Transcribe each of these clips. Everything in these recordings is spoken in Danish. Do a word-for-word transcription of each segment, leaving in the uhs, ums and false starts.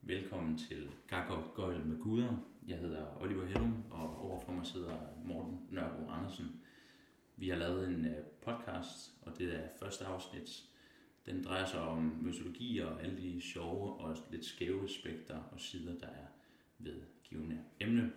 Velkommen til Gakov Gøjl med Guder. Jeg hedder Oliver Hellum, og overfor mig sidder Morten Nørgaard Andersen. Vi har lavet en podcast, og det er første afsnit. Den drejer sig om mytologi og alle de sjove og lidt skæve aspekter og sider, der er ved givende emne.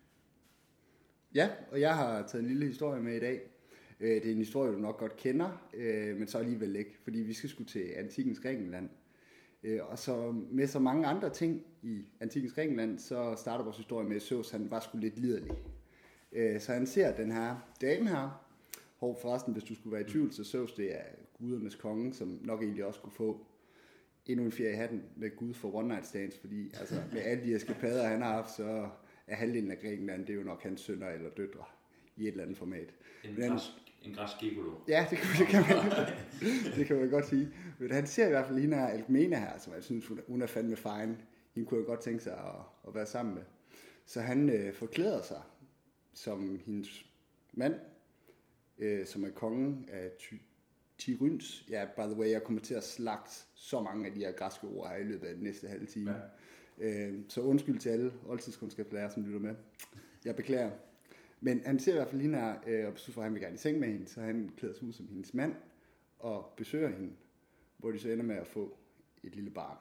Ja, og jeg har taget en lille historie med i dag. Det er en historie, du nok godt kender, men så alligevel ikke, fordi vi skal sgu til antikkens Grækenland. Og så med så mange andre ting i antikkens Grækenland, så starter vores historie med, at Zeus han var sgu lidt liderlig. Så han ser den her dame her. Hov, forresten, hvis du skulle være i tvivl, så Zeus det er gudernes konge, som nok egentlig også kunne få endnu en fjer i hatten med Gud for one night stands, fordi altså, med alle de eskapader, han har haft, så er halvdelen af Grækenland, det er jo nok hans sønner eller døtre i et eller andet format. En græsk, en græsk gigolo. Ja, det kan, det, kan man, det kan man godt sige. Men han ser i hvert fald hende her, Alcmene her, som jeg synes, hun er fandme fine. Hende kunne jeg godt tænke sig at, at være sammen med. Så han øh, forklæder sig som hendes mand, øh, som er kongen af Tiryns. Ja, by the way, jeg kommer til at slagte så mange af de her græske ord her i løbet af den næste halve time. Ja. Øh, så undskyld til alle oldtidskundskabslærer, som lytter med. Jeg beklager. Men han ser i hvert fald hende her, øh, og beslutter, at han vil gerne i seng med hende, så han klæder sig ud som hendes mand og besøger hende, hvor de så ender med at få et lille barn.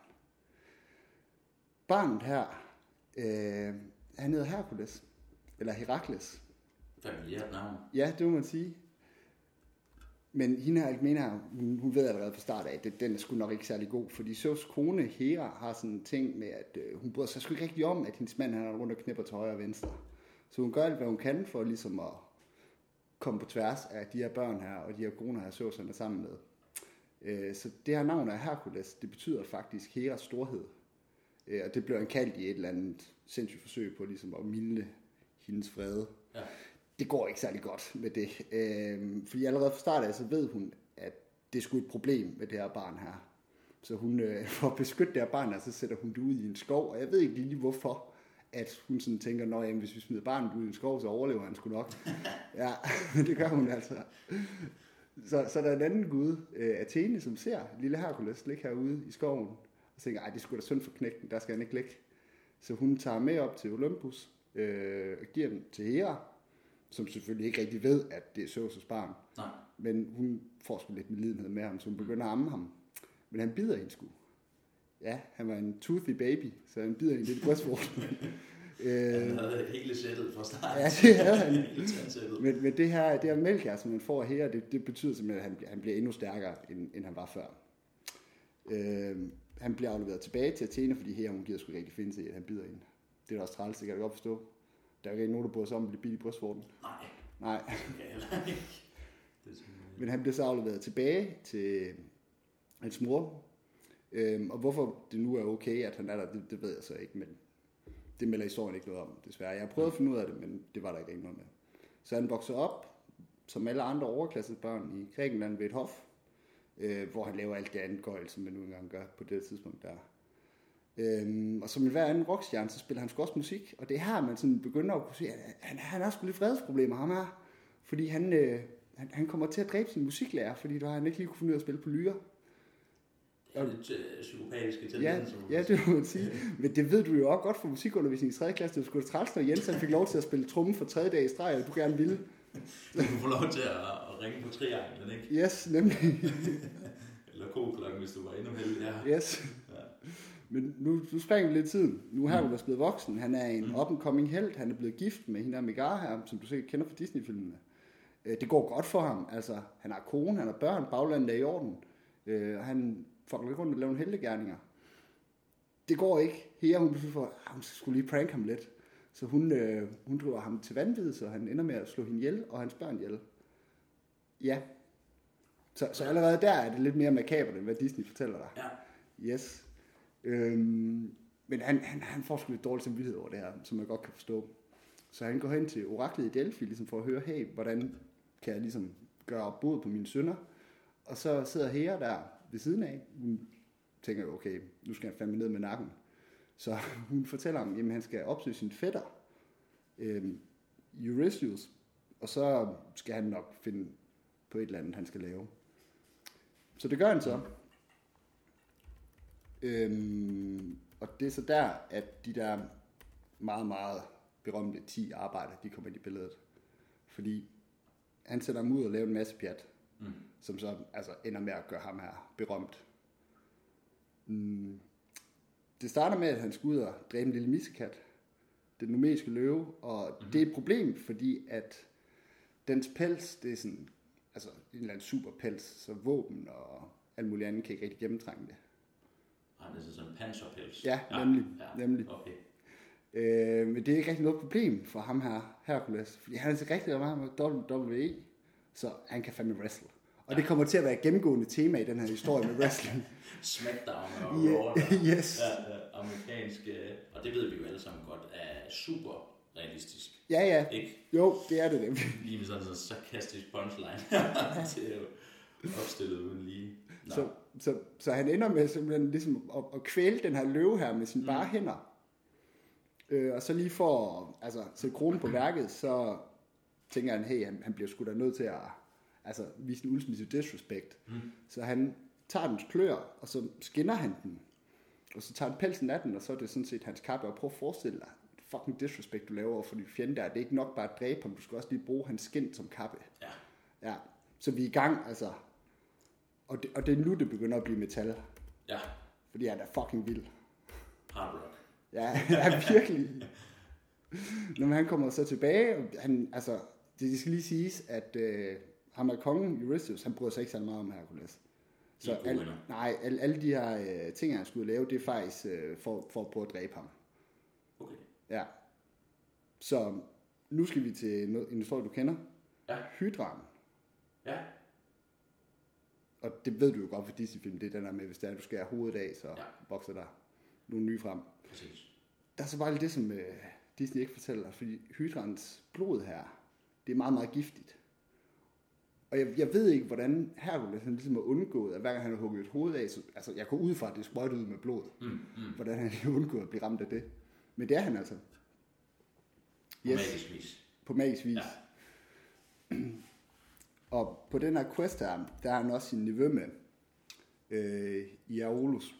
Barnet her, øh, han hedder Herkules, eller Herakles. Familiært navn. Ja, det må man sige. Men hende her, Alcmene her, hun, hun ved allerede fra start af, at den er sgu nok ikke særlig god, fordi Zeus' kone Hera har sådan en ting med, at øh, hun bryder sig sgu ikke rigtig om, at hendes mand han er rundt og knipper til højre og venstre. Så hun gør alt, hvad hun kan for ligesom at komme på tværs af de her børn her, og de her koner her, Zeus han er sammen med. Så det her navn er Herkules, det betyder faktisk Heras storhed. Og det blev han kaldt i et eller andet sindssygt forsøg på ligesom at mildne hendes vrede. Ja. Det går ikke særlig godt med det. Fordi allerede fra start af, så ved hun, at det er sgu et problem med det her barn her. Så hun, for at beskytte det her barn her, så sætter hun det ud i en skov, og jeg ved ikke lige hvorfor. At hun sådan tænker, nå jamen, hvis vi smider barnet ud i en skov, så overlever han sgu nok. Ja, det gør hun altså. Så, så der er en anden gud, øh, Athene, som ser lille Herkules ligge herude i skoven, og tænker, ej, det skulle da synd for knægten, der skal han ikke ligge. Så hun tager med op til Olympus, øh, og giver den til Hera, som selvfølgelig ikke rigtig ved, at det er Zeus' barn. Nej. Men hun får sgu lidt medlidenhed med ham, så hun begynder at amme ham. Men han bider hende sgu. Ja, han var en toothy baby, så han bider hende lidt i brystvorten. Han havde hele sættet fra start. Ja, det havde han. men, men det her, det her mælk her, som man får her, det, det betyder simpelthen, at han, han bliver endnu stærkere, end, end han var før. Øh, han bliver afleveret tilbage til Athene, fordi her hun gider sgu ikke finde sig i, at han bider hende. Det er da også træls, det kan jeg godt forstå. Der er jo ikke nogen, der bryder sig om at blive bidt i brystvorten. Nej. Nej. Ja, ikke. Men han bliver så afleveret tilbage til hans mor. Øhm, og hvorfor det nu er okay, at han er der, det, det ved jeg så ikke, men det melder historien ikke noget om, desværre. Jeg har prøvet at finde ud af det, men det var der ikke rigtig noget med. Så han vokser op, som alle andre overklassede børn i Grækenland ved et hof, øh, hvor han laver alt det andet gøjl, som man nu engang gør på det tidspunkt der. Øhm, og som i hver anden rockstjerne, så spiller han sgu også musik, og det er her, man sådan begynder at kunne se, at han, han har sgu lidt fredsproblemer, ham her, fordi han, øh, han, han kommer til at dræbe sin musiklærer, fordi der har han ikke lige kunne finde ud af at spille på lyre. Ja, lidt øh, psykopatiske tendenser. Ja, ja, det må man sige. Men det ved du jo også godt fra musikundervisning i tredje klasse. Det var sgu da træls, når Jens han fik lov til at spille tromme for tredje dag i streg, og du gerne ville. Du kunne få lov til at, at ringe på trianglen, ikke? Yes, nemlig. Eller koklokken, hvis du var endnu heldig. Ja. Yes. Ja. Men nu, nu springer vi lidt tiden. Nu er Herkules blevet voksen. Han er en mm. up-and-coming helt. Han er blevet gift med hende Megara her, som du sikkert kender fra Disney-filmene. Det går godt for ham. Altså, han har kone, han har børn, baglandet er i orden. Han får lidt rundt og lave nogle heltegerninger. Det går ikke. Her hun beslutter for, at hun skulle lige prank ham lidt. Så hun, øh, hun driver ham til vanvid, så han ender med at slå hende ihjel, og hans børn ihjel. Ja. Så, så allerede der er det lidt mere makabert, end hvad Disney fortæller dig. Ja. Yes. Øhm, men han, han, han får sgu lidt dårlig samvittighed over det her, som jeg godt kan forstå. Så han går hen til oraklet i Delphi, ligesom for at høre, hey, hvordan kan jeg ligesom gøre op bod på mine synder? Og så sidder Hera der ved siden af. Hun tænker jo, okay, nu skal han fandme ned med nakken. Så hun fortæller ham, at han skal opsøge sin fætter, øhm, Eurystheus, og så skal han nok finde på et eller andet, han skal lave. Så det gør han så. Øhm, Og det er så der, at de der meget, meget berømte ti arbejder, de kommer ind i billedet. Fordi han sætter ham ud og laver en masse pjat, mm. som så altså, ender med at gøre ham her berømt. Mm. Det starter med, at han skal ud og dræbe en lille missekat, den numeriske løve, og mm-hmm. det er et problem, fordi at dens pels, det er sådan, altså en eller anden super pels, så våben og alt muligt andet kan ikke rigtig gennemtrænge det. Ah, det er sådan en panserpels. Ja, nemlig. Ja, nemlig. Okay. Øh, men det er ikke rigtig noget problem for ham her, Hercules, fordi han er så rigtig meget med W W E, så han kan fandme wrestle. Og ja. Det kommer til at være et gennemgående tema i den her historie med wrestling. Smackdown og yeah, Raw. Yes. Ja, ja, amerikanske, og det ved vi jo alle sammen godt, er super realistisk. Ja, ja. Ikke? Jo, det er det nemlig. Lige med sådan en sarkastisk punchline. Det er jo opstillet uden lige. Så, så, så han ender med simpelthen ligesom at, at kvæle den her løve her med sine bare mm. hænder. Øh, og så lige for at altså, sætte kronen på værket, så tænker han, hey, han, han bliver sgu da nødt til at altså, vise en ultimative disrespect. Mm. Så han tager dens klør, og så skinner han den. Og så tager han pelsen af den, og så er det sådan set hans kappe. Og prøv at forestille dig, fucking disrespect du laver over for de fjende der. Det er ikke nok bare at dræbe ham, du skal også lige bruge hans skin som kappe. Ja. Ja. Så vi er i gang, altså. Og det, og det er nu, det begynder at blive metal. Ja. Fordi han er fucking vild. Hard rock. Ja, ja virkelig. Når han kommer så tilbage, og han, altså, det skal lige siges, at øh, ham er kongen, Eurystheus, han bryder sig ikke så meget om Hercules. Så al, nej, alle, alle de her øh, ting, han skulle lave, det er faktisk øh, for, for at prøve at dræbe ham. Okay. Ja. Så nu skal vi til noget, en historie, du kender. Ja. Hydraen. Ja. Og det ved du jo godt for Disney-film, det er den der med, hvis det er, du skærer hovedet af, så ja. Vokser der nogle nye frem. Præcis. Der er så bare lidt det, som øh, Disney ikke fortæller, fordi hydraens blod her, det er meget, meget giftigt. Og jeg, jeg ved ikke, hvordan Hercules han ligesom har undgået, at hver gang han har hugget et hoved af, så, altså jeg går ud fra, at det sprøjter ud med blod. Mm, mm. Hvordan han har undgået at blive ramt af det. Men det er han altså. På yes. magisk vis. På magisk vis. Ja. Og på den her quest her, der har han også sin nevø med, øh, Iarolus.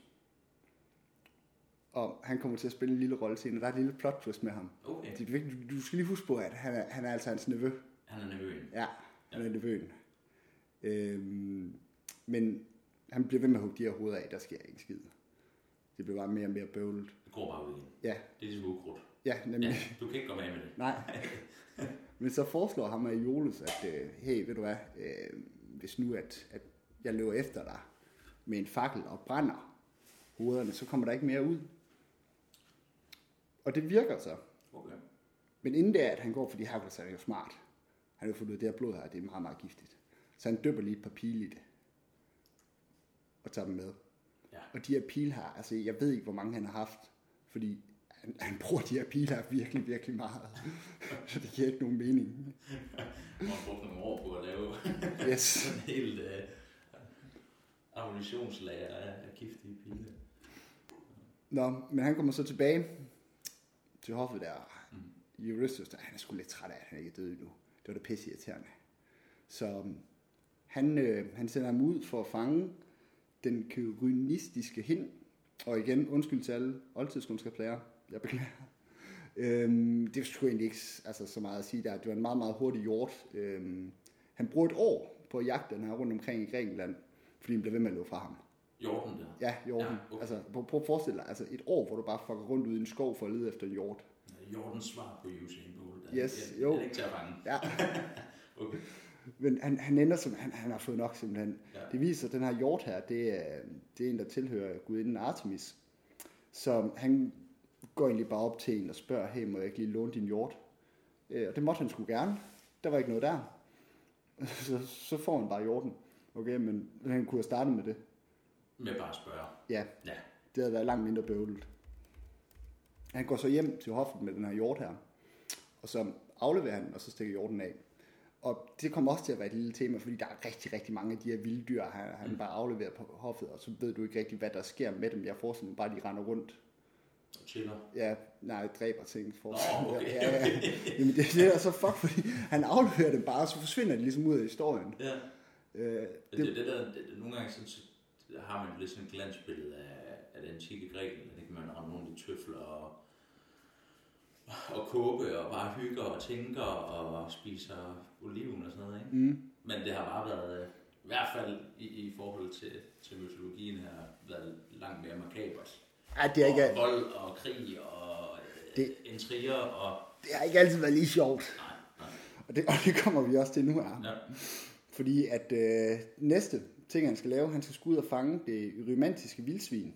Og han kommer til at spille en lille rolle senere. Der er et lille plot twist med ham. Okay. Det er vigtigt. Du skal lige huske på, at han er, han er altså hans nevø. Han er nevøen. Ja, han ja. er nevøen. Øhm, men han bliver ved med at hugge de her hoveder af. Der sker ikke skid. Det bliver bare mere og mere bøvlet. Det går bare ud igen. Ja. Det er ligesom ukrudt. Ja, nemlig. Ja, du kan ikke komme af med det. Nej. Men så foreslår ham af Iarolus, at øh, hey, ved du hvad, øh, hvis nu at, at jeg løber efter dig med en fakkel og brænder hovederne, så kommer der ikke mere ud. Og det virker så. Okay. Men inden det er, at han går, fordi Hercules er jo smart. Han har jo fundet ud af, det her blod her, det er meget, meget giftigt. Så han døber lige et par pile i det. Og tager dem med. Ja. Og de her pile her, altså jeg ved ikke, hvor mange han har haft. Fordi han, han bruger de her pile her virkelig, virkelig meget. Så det giver ikke nogen mening. Han har brugt nogle år på at lave yes. sådan en helt uh, ammunitionslager af, af giftige pile. Nå, men han kommer så tilbage til hoffet der. Mm. Eurystheus, der, han er sgu lidt træt af, at han ikke er død endnu. Det var da pisse irriterende. Så han, øh, han sender ham ud for at fange den kyrynistiske hind. Og igen, undskyld til alle oldtidskundskabslærere. Jeg beklager. Øhm, det var sgu egentlig ikke altså, så meget at sige der. Det var en meget, meget hurtig hjort. Øhm, han brugte et år på at jagte den her rundt omkring i Grækenland, fordi han blev ved med at løbe fra ham. Hjorten der? Ja, hjorten. Ja, okay. Altså, prøv at forestille dig, altså et år, hvor du bare fucker rundt ude i en skov for at lede efter en hjort. Hjortens svar på Usain Bolt. Yes, jeg, jo. Jeg er ikke til at fange. Ja. Okay. Men han, han ender som, han, han har fået nok simpelthen. Ja. Det viser, at den her hjort her, det er, det er en, der tilhører gudinden Artemis. Så han går egentlig bare op til en og spørger, hey, må jeg ikke lige låne din hjort? Øh, og det måtte han sgu gerne. Der var ikke noget der. Så, så får han bare hjorten. Okay, men han kunne have startet med det. Med bare at spørge. Ja, ja. Det havde været langt mindre bøvlet. Han går så hjem til hoffet med den her hjort her. Og så afleverer han, og så stikker hjorten af. Og det kommer også til at være et lille tema, fordi der er rigtig, rigtig mange af de her vilde dyr, han, han mm. bare afleverer på hoffet, og så ved du ikke rigtig, hvad der sker med dem. Jeg forestiller mig bare, at de render rundt. Og chiller. Ja, nej, dræber ting. Nå, okay. Ja, ja. Jamen, det, det er så fuck, fordi han afleverer dem bare, og så forsvinder de ligesom ud af historien. Ja. Øh, det, det, det, der, det, nogle gange sådan, har man lidt sådan et glansbillede af, af det antikke Grækenland. Det kan man rende tøfler og, og kåbe og bare hygger og tænker og spiser oliven og sådan noget, ikke? Mm. Men det har bare været, i hvert fald i, i forhold til, til mytologien her, været langt mere makabert. Ja, det er ikke... Og vold og krig og det, intriger og... Det har ikke altid været lige sjovt. Nej, nej. Og det, og det kommer vi også til nu her. Ja. Fordi at øh, næste ting, han skal lave, han skal skulle ud og fange det romantiske vildsvin.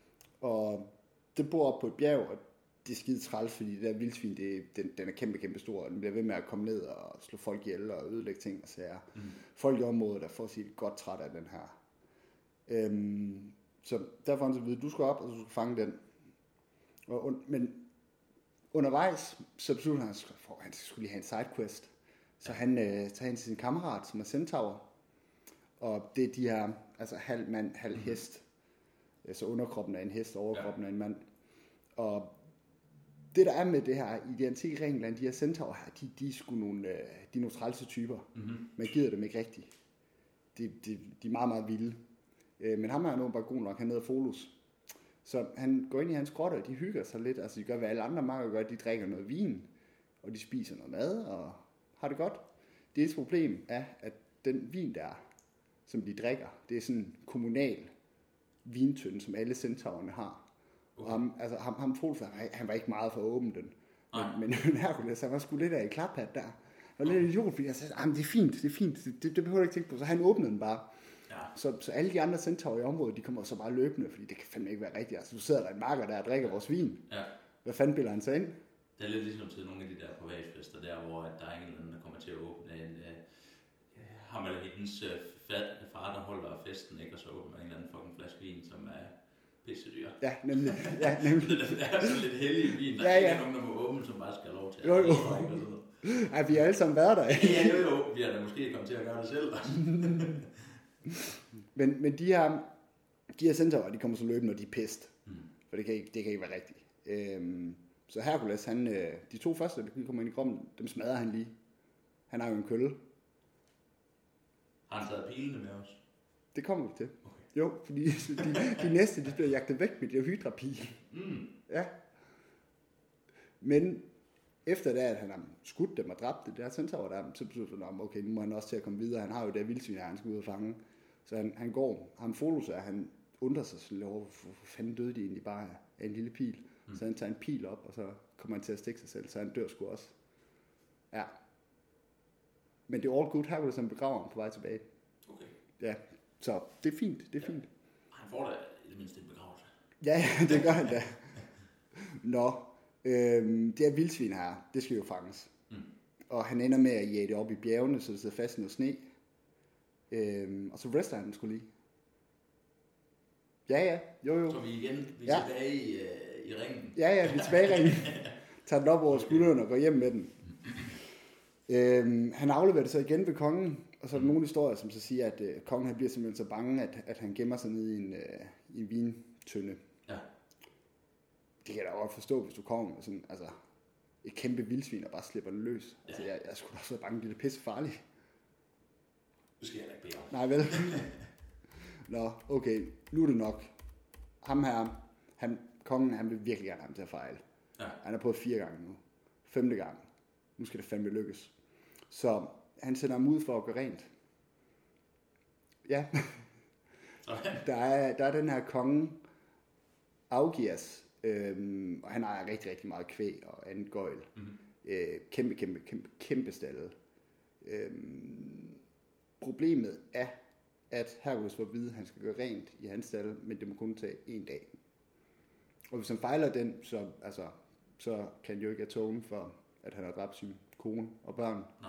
Og det bor op på et bjerg, og det er skide træls, fordi det der vildsvin, det, den, den er kæmpe, kæmpe stor, og den bliver ved med at komme ned og slå folk ihjel og ødelægge ting og sager. Mm. Folk i området, der får sig godt træt af den her. Øhm, så derfor han så vide, du skal op, og du skal fange den. Og, und, men undervejs, så beslutter han, at han skulle lige have en sidequest. Så han øh, tager hen til sin kammerat, som er centaur. Og det er de her, altså halv mand, halv hest. Mm. Så underkroppen er en hest, overkroppen ja. er en mand. Og det der er med det her, i det antikke Grækenland, de her centaurer her, de, de er sgu nogle, de er nogle trælse typer. Mm-hmm. Man gider dem ikke rigtigt. De, de, de er meget, meget vilde. Men ham er nu bare god nok, han hedder Pholus. Så han går ind i hans grotte, og de hygger sig lidt. Altså de gør, hvad alle andre makker gør, de drikker noget vin, og de spiser noget mad, og har det godt. Det eneste problem er, at den vin der, som de drikker, det er sådan en kommunal vintønde, som alle centaurerne har. Okay. Og ham, altså ham, ham Pholus, han var ikke meget for at åbne den. Men, men Hercules, han var sgu lidt af i klaphat der. Og lidt idiot, fordi jeg sagde, det er fint, det er fint, det, det, det behøver du ikke tænke på. Så han åbnede den bare. Ja. Så, så alle de andre centaurer i området, de kommer så bare løbende, fordi det kan fandme ikke være rigtigt. Altså, du sidder der en marker der og drikker vores vin. Ja. Hvad fanden bilder han sig ind? Det er lidt ligesom til nogle af de der privatfester der, hvor der er en eller anden, der kommer til at åbne en, uh, ham eller hendes uh, far, der holder festen, ikke? Og så åbner en eller anden fucking flaske vin, som er pissedyr. Ja, nemlig. Ja, nemlig. det er sådan lidt heldig vin, der ja, ja. er nogen, der må åbne, som bare skal have lov til at jo, jo. Ej, vi har alle sammen været der. ja, jo, jo. Vi har da måske kommet til at gøre det selv. men, men de her, de her centaurer, de kommer så løbende, når de er pest. Mm. For det kan, ikke, det kan ikke være rigtigt. Øhm, så Hercules, han, de to første, der kommer ind i kroppen, dem smadrer han lige. Han har jo en kølle. Har han taget pilene med os? Det kommer vi til. Okay. Jo, fordi de, de næste, de bliver jagtet væk med diohydrapil. Mm. Ja. Men efter det, at han har skudt dem og dræbt det der centaur der, så beslutter han, okay, nu må han også til at komme videre. Han har jo det vildsvin, han skal ud og fange. Så han, han går, ham Pholus er, han undrer sig sådan lidt over, hvorfor fanden døde de egentlig bare af en lille pil. Mm. Så han tager en pil op, og så kommer han til at stikke sig selv, så han dør sgu også. Ja. Men det er all good, Hercules, som begraver ham på vej tilbage. Okay. Ja, så det er fint, det er ja. fint. Han får da i det mindste en begravelse. Ja, ja, det gør han da. Nå, øhm, det her vildsvin her, det skal jo fanges. Mm. Og han ender med at jage det op i bjergene, så det sidder fast i noget sne. Øhm, og så rester han sgu lige. Ja, ja, jo, jo. Så vi igen, vi er ja. tilbage i, øh, i ringen. Ja, ja, vi er tilbage i ringen. Tager den op over skulderen og går hjem med den. Øhm, han afleverer det så igen ved kongen, og så er der nogle historier, som så siger, at øh, kongen han bliver simpelthen så bange, at, at han gemmer sig nede i en, øh, i en vintønde. Ja. Det kan jeg da godt forstå, hvis du kommer med sådan, altså, et kæmpe vildsvin og bare slipper den løs. Ja. Altså, jeg, jeg skulle da også være bange, det er pisse farligt. Det skal jeg da ikke bede om. Nej, vel? Nå, okay, nu er det nok. Ham her, han, kongen, han vil virkelig gerne have ham til at fejle. Ja. Han har prøvet fire gange nu. Femte gang. Nu skal det fandme lykkes. Så han sender ham ud for at gøre rent. Ja. der, er, der er den her konge, Augias, øhm, og han ejer rigtig, rigtig meget kvæg og andet gøjl. Mm-hmm. Øh, kæmpe, kæmpe, kæmpe, kæmpe stallet. Øhm, problemet er, at Hercules får at vide, at han skal gøre rent i hans stald, men det må kun tage en dag. Og hvis han fejler den, så, altså, så kan han jo ikke atone for, at han har dræbt sin kone og børn. Nej.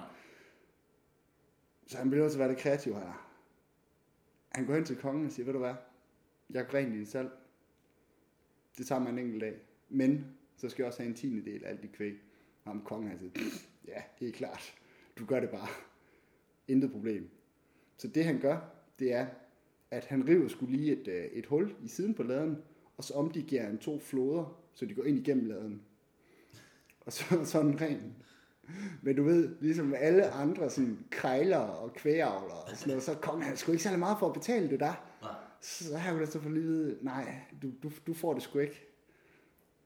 Så han bliver også være det kreativ her. Han går hen til kongen og siger, ved du hvad, jeg går rent i din stald. Det tager mig en enkelt dag. Men så skal jeg også have en tiende del af alt det kvæg. Og ham kongen har sagt, ja, helt klart. Du gør det bare. Intet problem. Så det han gør, det er, at han river skulle lige et, et hul i siden på laden, og så omdigerer han to floder, så de går ind igennem laden. Og så sådan ren. Men du ved, ligesom alle andre sådan krejler og kvægavler og sådan noget, så kongen han sgu ikke særlig meget for at betale det der. Nej. Så har jeg jo så for lige nej, du, du, du får det sgu ikke.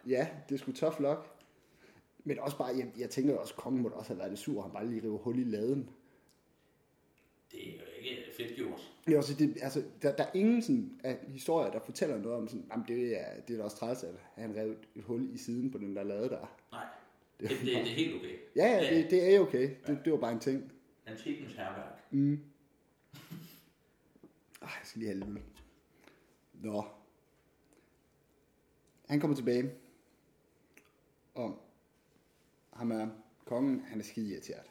Ja, det skulle tough luck. Men også bare, jeg, jeg tænker også, kongen må da også have været lidt sur, han bare lige river hul i laden. Det er jo ikke fedt gjort. Det er også, det, altså, der, der er ingen sådan, af historier, der fortæller noget om sådan, jamen det er, det er da også træls, at han rev et hul i siden på den der lade der. Nej, det, det, det, det er helt okay. Ja, ja, det, det er okay. Det, det var bare en ting. Antikens herværk. Mm. Ej, jeg skal lige have lidt. Nå. Han kommer tilbage. Og ham er kongen, han er skide irriteret.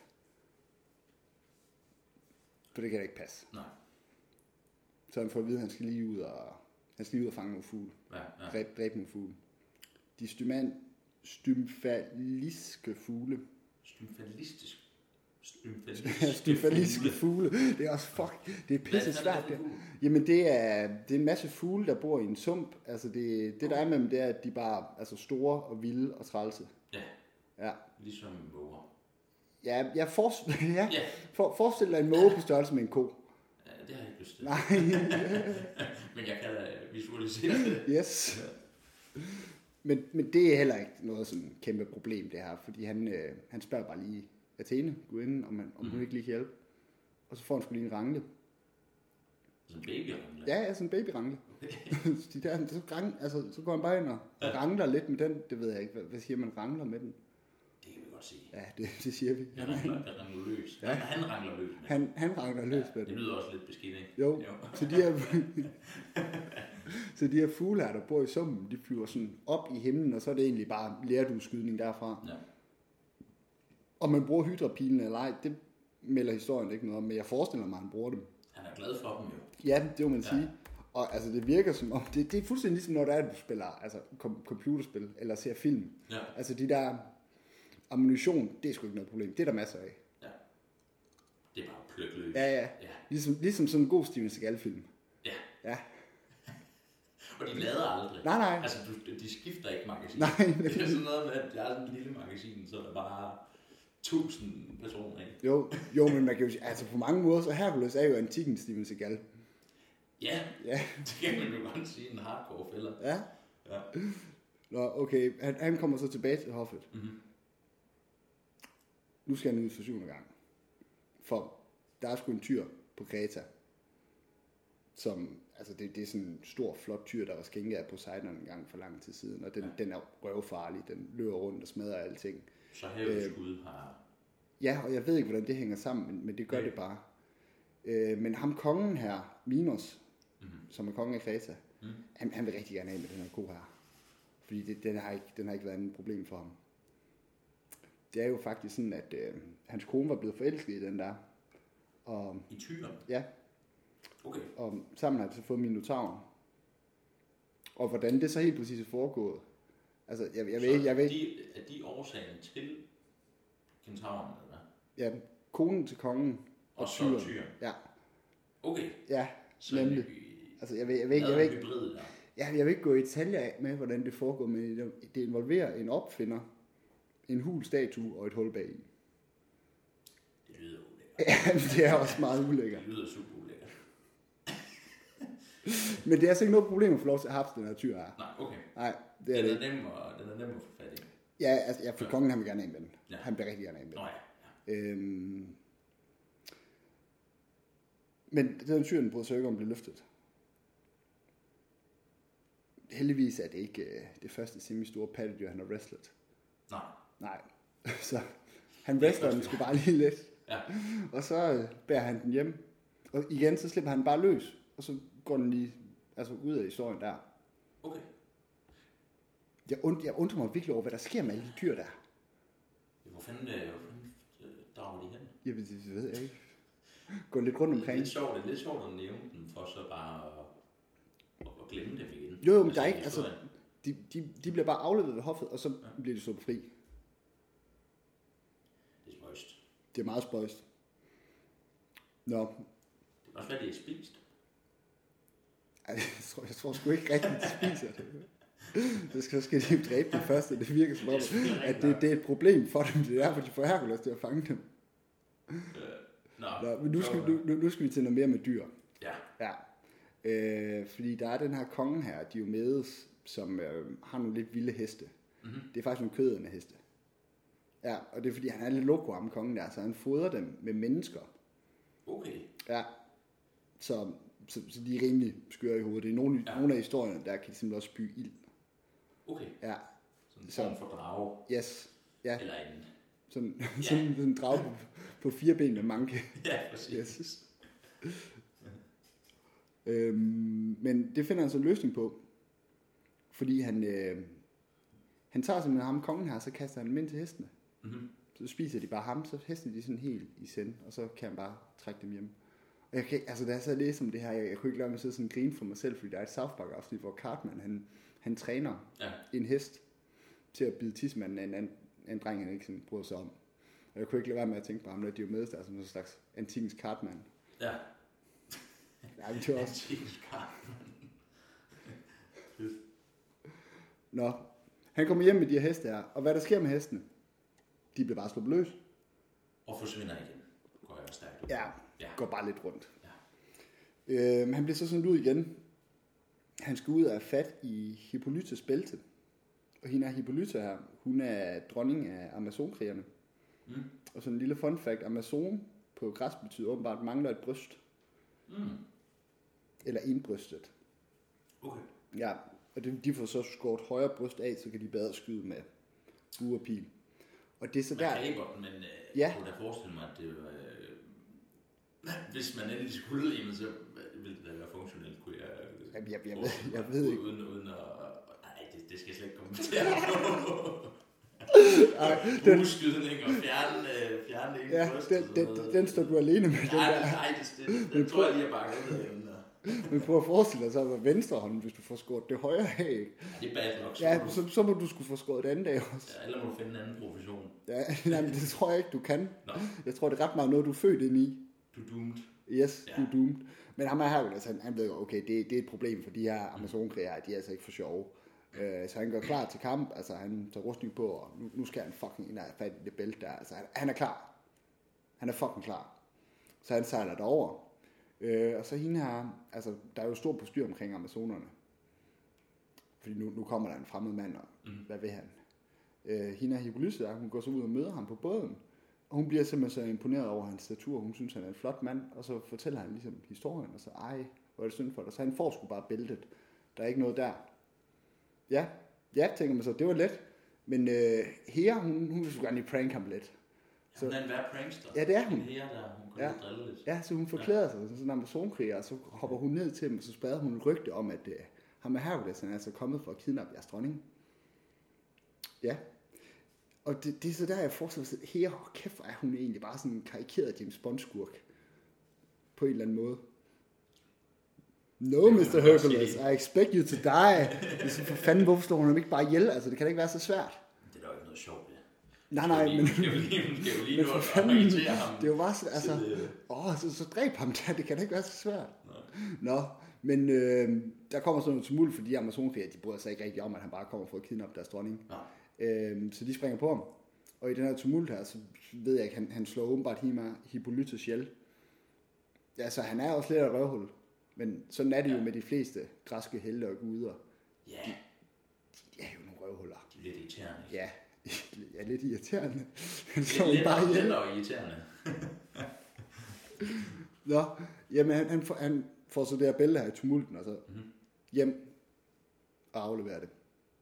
For det kan da ikke passe. Nej. Så han får at vide, at han skal lige ud og, han skal lige ud og fange nogle fugle. Ja, ja. Dræbe, dræbe nogle fugle. De styman, stymfaliske fugle. Stymfalistisk. Stymfaliske fugle. Det er også fuck. Det er pisse svært. Det. Jamen det er, det er en masse fugle, der bor i en sump. Altså det, det der er med dem, det er, at de bare er altså store og vilde og trælse. Ja. Ja. Ligesom måger. Ja, jeg forestiller, ja. Ja. For, forestil dig en måge på størrelse med en ko. Ja, det har jeg ikke lyst til. Nej. Men jeg kan da visualisere det. Yes. Men, men det er heller ikke noget sådan kæmpe problem, det her. Fordi han, øh, han spørger bare lige Athene, gudinden, om, han, om mm. hun ikke lige kan hjælpe. Og så får han sgu lige en rangle. Sådan en babyrangle? Ja, ja, sådan en babyrangle. Okay. de der, så, rang, altså, så går han bare ind og rangler lidt med den. Det ved jeg ikke. Hvad, hvad siger man? Rangler med den? Det kan vi godt sige. Ja, det, det siger vi. Han rangler, han rangler løs. Ja. Han rangler løs med han, han rangler løs med ja, det lyder også lidt beskidt, ikke? Jo, jo. Så de her, så de her fugle her, der bor i summen, de flyver sådan op i himlen, og så er det egentlig bare lærdueskydning derfra. Ja. Og man bruger hydrapilen eller ej, det melder historien ikke noget om, men jeg forestiller mig, at han bruger dem. Han er glad for dem jo. Ja, det må man ja. sige. Og altså, det virker som om, det, det er fuldstændig ligesom, når der er, du spiller altså, kom, computerspil, eller ser film. Ja. Altså, de der ammunition, det er sgu ikke noget problem. Det er der masser af. Ja. Det er bare pløk løs. Ja, ja. ja. Ligesom, ligesom sådan en god Steven Seagal-film. Ja. Ja. Og de lader aldrig. Nej, nej. Altså, de skifter ikke magasin. Nej. Det er sådan noget med, at jeg er sådan en lille magasin, så er der bare tusind personer i. Jo, jo, men man kan jo sige, altså på mange måder, så Hercules er jo antikken Steven Seagal. Ja, ja, det kan man jo godt sige, en hardcore fælder. Ja. Ja. Nå, okay, han, han kommer så tilbage til hoffet. Mm-hmm. Nu skal han ud for syvende gang. For der er sgu en tyr på Kreta, som, altså det, det er sådan en stor, flot tyr, der var skænket af Poseidon en gang for lang tid siden, og den, ja. den er røvfarlig, den løber rundt og smadrer alting. Så havets gud har... Ja, og jeg ved ikke, hvordan det hænger sammen, men, men det gør ja. det bare. Øh, men ham kongen her, Minos, mm-hmm. som er kongen af Kreta, mm. han, han vil rigtig gerne af med den her ko her. Fordi det, den, har ikke, den har ikke været et problem for ham. Det er jo faktisk sådan, at øh, hans kone var blevet forelsket i den der. Og, I tyren? Ja. Okay. Og sammen har de så fået Minotauren. Og hvordan det så helt præcis er foregået. Altså, jeg, jeg ved ikke, jeg ved ikke. Er de årsagen til Kentauren, eller hvad? Ja, konen til kongen og, og tyren. tyren. Ja. Okay. Ja, så nemlig. Altså, jeg ved, jeg ved ikke, jeg ved ikke. Hybrid, ja, jeg vil ikke gå i detaljer af med, hvordan det foregår, men det involverer en opfinder, en hul statue og et hul bag i. Det lyder ulækkert. Ja, det er også meget ulækkert. Det lyder super ulækkert. Men det er altså ikke noget problem at få lov til at have den her tyr her. Nej, okay. Nej, det er den det er nem at, den er nem at få fat i. Ja, altså, ja, for ja. kongen han vil gerne af med den. Ja. Han vil rigtig gerne af med den. Nå ja. ja. Øhm, men den tyr, den bryder sig ikke om at blive løftet. Heldigvis er det ikke øh, det første semi-store pattedyr, han har wrestlet. Nej. Nej. Så han wrestler den sgu bare lige lidt. Ja. Og så øh, bærer han den hjem. Og igen, så slipper han bare løs. Og så går den lige altså, ud af historien der. Okay. Jeg, und, jeg undrer mig virkelig over, hvad der sker med alle de dyr der. Hvor fanden, øh, hvor fanden drager de hen? Jeg ved, det ved jeg ikke. Gå lidt rundt omkring. Det er lidt sjovt, det er lidt sjovt at nævne dem, for så bare at, at glemme dem igen. Jo, jo, men der er ikke, altså, de, de, de bliver bare afleveret ved hoffet, og så ja. bliver de så fri. Det er spøjst. Det er meget spøjst. Nå. Det er også, hvad de er spist. Jeg tror, jeg tror sgu ikke rigtigt, de spiser det. Det skal, så skal de dræbe det første. Det virker som om, at det, det er et problem for dem. Det er derfor, de får Hercules til at fange dem. Øh, nå, nå, men nu skal, nu, nu, nu skal vi til noget mere med dyr. Ja. Ja. Øh, fordi der er den her konge her, Diomedes, som øh, har nogle lidt vilde heste. Mm-hmm. Det er faktisk nogle kødende heste. Ja, og det er fordi, han er lidt loko ham kongen der, så han fodrer dem med mennesker. Okay. Ja, så, så, så de er rimelig skøre i hovedet. Det er nogle, ja. nogle af historierne, der kan de simpelthen også spy ild. Okay. Ja. Sådan en form for drage. Yes. Ja. Eller en... Sådan, Ja. sådan, sådan en drage på, på fire ben med manke. Ja, præcis. Yes. øhm, men det finder han så en løsning på. Fordi han, øh, han tager simpelthen ham, kongen her, så kaster han dem ind til hestene. Mm-hmm. Så spiser de bare ham, så hestene de er sådan helt i send, og så kan han bare trække dem hjem. Og jeg kan, altså da jeg så læste om det her, jeg, jeg kunne ikke lade mig sidde sådan og grine for mig selv, fordi der er et South Park afsnit, hvor Cartman, han, han træner Ja. en hest til at bide tidsmanden af en, en, en dreng, han ikke sådan bryder sig om. Og jeg kunne ikke lade være med at tænke på ham, når de var med der som en slags antikens Cartman. Ja. Ja, det var også... Antikens Cartman. Nå, han kommer hjem med de her heste her, og hvad der sker med hestene? De bliver bare sluppet løs. Og forsvinder igen. Går jeg stærkt ud. Ja, Ja. går bare lidt rundt. Ja. Øhm, han bliver så sendt ud igen. Han skal ud og have fat i Hippolytes bælte. Og hende er Hippolyte her. Hun er dronning af Amazonkrigerne. Mm. Og sådan en lille fun fact. Amazon på græs betyder åbenbart mangler et bryst. Mm. Eller indbrystet. Okay. Ja, og det, de får så skåret højre bryst af, så kan de bedre skyde med bue og pil. Og det er så Man der... kan ikke godt, men øh, Ja. jeg kunne da forestille mig, at det var... Øh, hvis man endelig skulle, jamen, så ville det da være funktionelt, kunne jeg... Øh, Jamen, jeg, jeg, ved, jeg ved ikke. Uden, uden at... Nej, det, det skal jeg slet ikke kommentere på. Bueskydning og fjerne, øh, fjerne en Ja, bryst den, og den, sådan noget. den står du alene med. Nej, den der. nej, det, det, det, det tror jeg lige, jeg bakker ud af den der. Men prøv at forestille dig så med venstre hånd, hvis du får skåret det højre af. Ikke? Ja, det er bad nok. Så, Ja, må du, så, så må du skulle få skåret det andet af også. ja, eller må du finde en anden profession. Ja, nej, men det tror jeg ikke, du kan. Nå, Jeg tror, det er ret meget noget, du er født ind i. du er doomed. Yes, Ja. du er doomed. Men ham er her, altså, han, han ved jo, okay, det, det er et problem, for de her Amazon-krigere, de er altså ikke for sjove. Uh, så han går klar til kamp, altså han tager rustning på, og nu, nu skal han fucking ind og have fat i det bælte der. Altså han, han er klar. Han er fucking klar. Så han sejler derover. Uh, og så hende her, altså der er jo stor postyr omkring Amazonerne. Fordi nu, nu kommer der en fremmed mand, og Mm. hvad vil han? Uh, hende her Hippolyte, hun går så ud og møder ham på båden. Og hun bliver simpelthen så imponeret over hans statur. Hun synes, han er en flot mand. Og så fortæller han ligesom historien, og så, ej, hvor er det synd for dig. Så han får sgu bare bæltet. Der er ikke noget der. Ja, ja, tænker man så, det var let. Men øh, her, hun, hun vil sgu gerne lige prank ham lidt. Så, hun er en værd prankster. Ja, det er hun. En her, der hun kunne Ja. ja. drille lidt. Ja, så hun forklæder sig som sådan en Amazonkriger, og så hopper hun ned til dem, og så spreder hun et rygte om, at øh, ham er Hercules, han er altså kommet for at kidnappe jeres dronning. Ja. Og det, det er så der, jeg forestiller mig, her, oh, kæft, er hun egentlig bare sådan en karikeret James Bond-skurk. På en eller anden måde. No, mister Hercules, I expect you to die. Så for fanden, hvorfor slår hun ham ikke bare ihjel? Altså, det kan da ikke være så svært. Det er da jo ikke noget sjovt, det. Nej, nej, men... Hun skal jo lige, hun skal jo lige Men nå for at fanden, irritere ham. det er jo bare sådan, altså... til, øh, Åh, så, så dræb ham der, det kan da ikke være så svært. Nej. Nå, men øh, der kommer sådan noget tumult, fordi Amazonkriger, de bryder sig ikke rigtig om, at han bare kommer for at kidnappe deres dronning. Nej. Øh, så de springer på ham. Og i den her tumult her, så ved jeg ikke, han, han slår åbenbart Hippolytes ihjel. Ja, så han er også lidt af et røvhul. Men sådan er det jo med de fleste græske helte og guder. Ja, De er jo nogle røvhuller. de er lidt irriterende. Ja, ja lidt irriterende. Han Det slår er ham lidt bare ihjel. lettere og irriterende. Nå, jamen han, han, får, han får så det her bælte her i tumulten, og så Mm-hmm. hjem og afleverer det.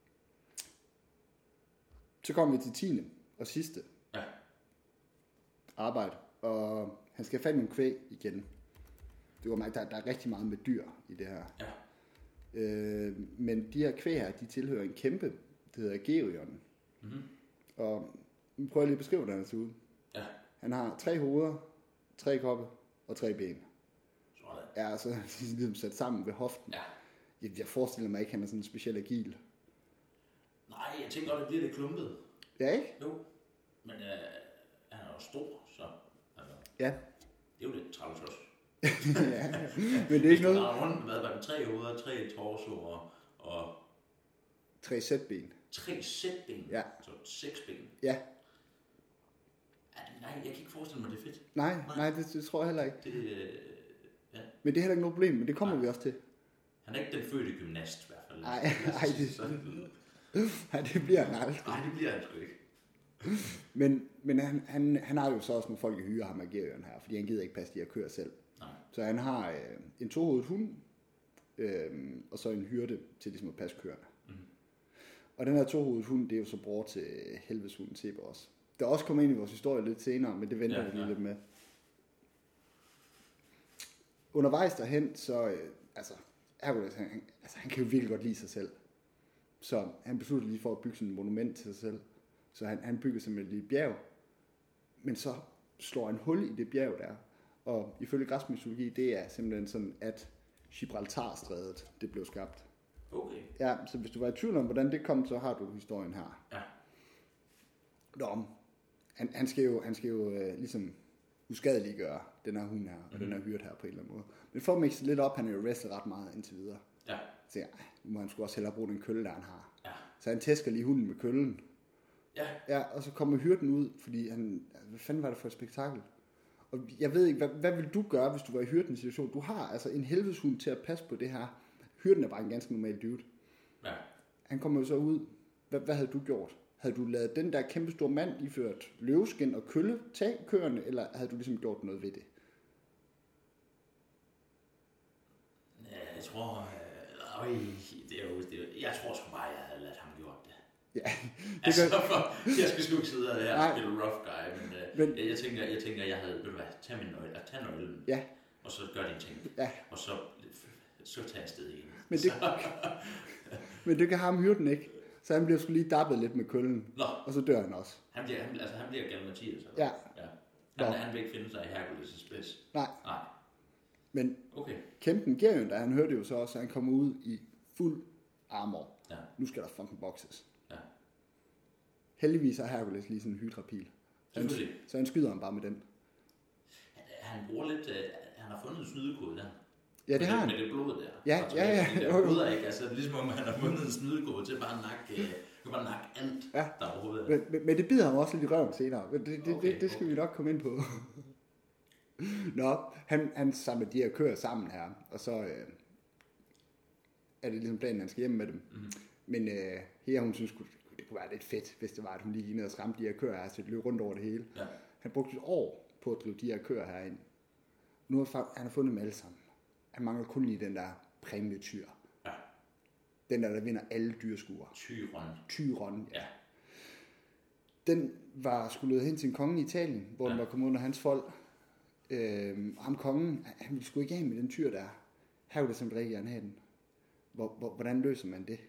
Så kommer vi til tiende og sidste Ja. arbejde, og han skal have fat i nogle kvæg igen. Det var mærke, der, der er rigtig meget med dyr i det her. Ja. Øh, men de her kvæg her, de tilhører en kæmpe, det hedder Geryon. Mm-hmm. Og nu prøver jeg lige at beskrive, hvordan han ser ud. Ja. Han har tre hoveder, tre kroppe og tre ben. Sådan. Ja, altså de er ligesom sat sammen ved hoften. Ja. Jeg, jeg forestiller mig ikke, at han er sådan specielt agil. Nej, jeg tænker godt, det bliver lidt klumpet. Ja, ikke? Jo. Men øh, han er jo stor, så altså, Ja. det er jo lidt træls også. Ja, men det er ikke noget... Der er rundt, hvad var det, tre hoveder, tre torsoer og Tre sætben. tre sætben. Ja. Så seks ben. Ja. Ja, nej, jeg kan ikke forestille mig, det er fedt. Nej, nej, det, det tror jeg heller ikke. Det, øh, ja. Men det er heller ikke noget problem, men det kommer Nej. vi også til. Han er ikke den fødte gymnast i hvert fald. Nej, nej, det- Så, Nej, det bliver han aldrig. Nej, det bliver han sgu ikke. Men, men han, han, han har jo så også nogle folk i hyre ham af Gerion her, fordi han gider ikke passe de her køer selv. Nej. Så han har øh, en tohovedet hund, øh, og så en hyrde til ligesom at passe køerne. Mm. Og den her tohovedet hund, det er jo så bror til helvedeshunden Zebra også. Der er også kommet ind i vores historie lidt senere, men det venter ja, vi lige ja. lidt med. Undervejs derhen, så øh, altså, Hercules, han, altså, han kan jo virkelig godt lide sig selv. Så han besluttede lige for at bygge sådan et monument til sig selv. Så han, han bygger simpelthen et lille bjerg, men så slår en hul i det bjerg der. Og ifølge græsk mytologi, det er simpelthen sådan, at Gibraltarstrædet, det blev skabt. Okay. Ja, så hvis du var i tvivl om, hvordan det kom, så har du historien her. Ja. Nå, han, han skal jo, han skal jo øh, ligesom uskadeliggøre den her hund her, og mm-hmm. den her hyrde her på en eller anden måde. Men for at mixe lidt op, han har jo wrestlet ret meget indtil videre. Ja. Så ja, nu må han sgu også hellere bruge den kølle, der han har. Ja. Så han tæsker lige hunden med køllen. Ja. Ja, og så kommer hyrden ud, fordi han, hvad fanden var det for et spektakel? Og jeg ved ikke, hvad, hvad vil du gøre, hvis du var i hyrdens situation? Du har altså en helvedeshund til at passe på det her. Hyrden er bare en ganske normal dude. Ja. Han kommer jo så ud. Hvad, hvad havde du gjort? Havde du ladet den der kæmpe store mand iført løveskin og kølle tage køerne, eller havde du ligesom gjort noget ved det? Ja, jeg tror, øh, øj, det er jo, det er, jeg tror sgu bare, jeg havde ladet ham gjort det. Ja, det altså, gør... for, jeg skal sgu ikke sidde her og spille rough guy, men, øh, men... Jeg, jeg, tænker, jeg tænker, jeg havde, ved du hvad, tag min nøgle, tag nøglen, ja. Og så gør din ting, ja. Og så, så tager jeg afsted igen. Men det, men det kan ham hyrden ikke, så han bliver sgu lige dappet lidt med køllen, Nå. Og så dør han også. Han bliver, han, altså, han bliver Gal Mathias. Ja. ja. Han, han vil ikke finde sig i Hercules' spids. Nej. Nej. Men okay. Kæmpen Gerion, der han hørte jo så også, at han kommer ud i fuld armor. Ja. Nu skal der fucking boxes. Ja. Heldigvis har Hercules lige sådan en hydrapil. Så han, så han skyder ham bare med den. Han, han bruger lidt, uh, han har fundet en snydekode der. Ja, det har han. Med det blod der. Ja, altså, ja, ja. Det der blod er ikke, altså ligesom om han har fundet en snydekode til bare at nakke, uh, bare nakke alt, ja. der overhovedet er. Men, men, men det bider ham også lidt i røven senere. Men det, det, okay, det, det skal okay. vi nok komme ind på. Nå, han, han samler de her køer sammen her, og så øh, er det ligesom planen, han skal hjem med dem. Mm-hmm. Men øh, her, hun synes, det kunne være lidt fedt, hvis det var, at hun lige ned og skræmte de her køer her, så det løb rundt over det hele. Ja. Han brugte et år på at drive de her køer herind. Nu har han har fundet dem alle sammen. Han mangler kun lige den der præmietyr. Ja. Den der, der vinder alle dyrskuer. Tyron. Tyron, ja. ja. Den var skulle løbe hen til en konge i Italien, hvor ja. den var kommet under hans folk. Øhm, ham kongen, han ville sgu ikke af med den tyr der. Her ville det simpelthen rigtig gerne have den. Hvor, hvor, hvordan løser man det?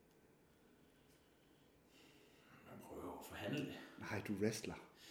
Man prøver at forhandle det. Nej, du wrestler.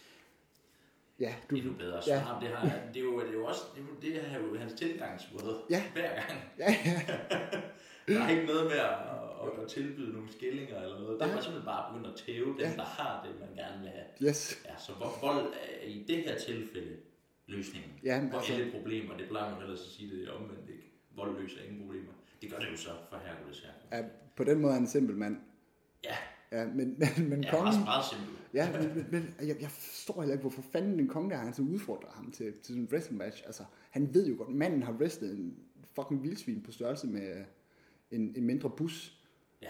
Ja, du... Endnu bedre svar. Ja. Det, har, det, er jo, det er jo også, det, er jo, det er jo hans tilgangsmåde. Ja. Hver gang. Ja, ja. Der er ikke noget med at, at, at tilbyde nogle skillinger eller noget. Det er simpelthen bare begyndt at tæve dem, ja. Der har det, man gerne vil have. Yes. Ja, så vold er i det her tilfælde løsningen. Ja, hvor altså... alle problemer, det plejer man ellers at sige det omvendt ikke. Vold løser ingen problemer. Det gør det jo så for Hercules her. Ja, på den måde er han en simpel mand. Ja. Ja, men, men, men ja, kongen... også meget simpel. Ja, men, men, men jeg, jeg forstår heller ikke, hvorfor fanden den konge der, han så udfordrer ham til, til sådan en wrestling match. Altså, han ved jo godt, manden har wrestlet en fucking vildsvin på størrelse med en, en mindre bus. Ja.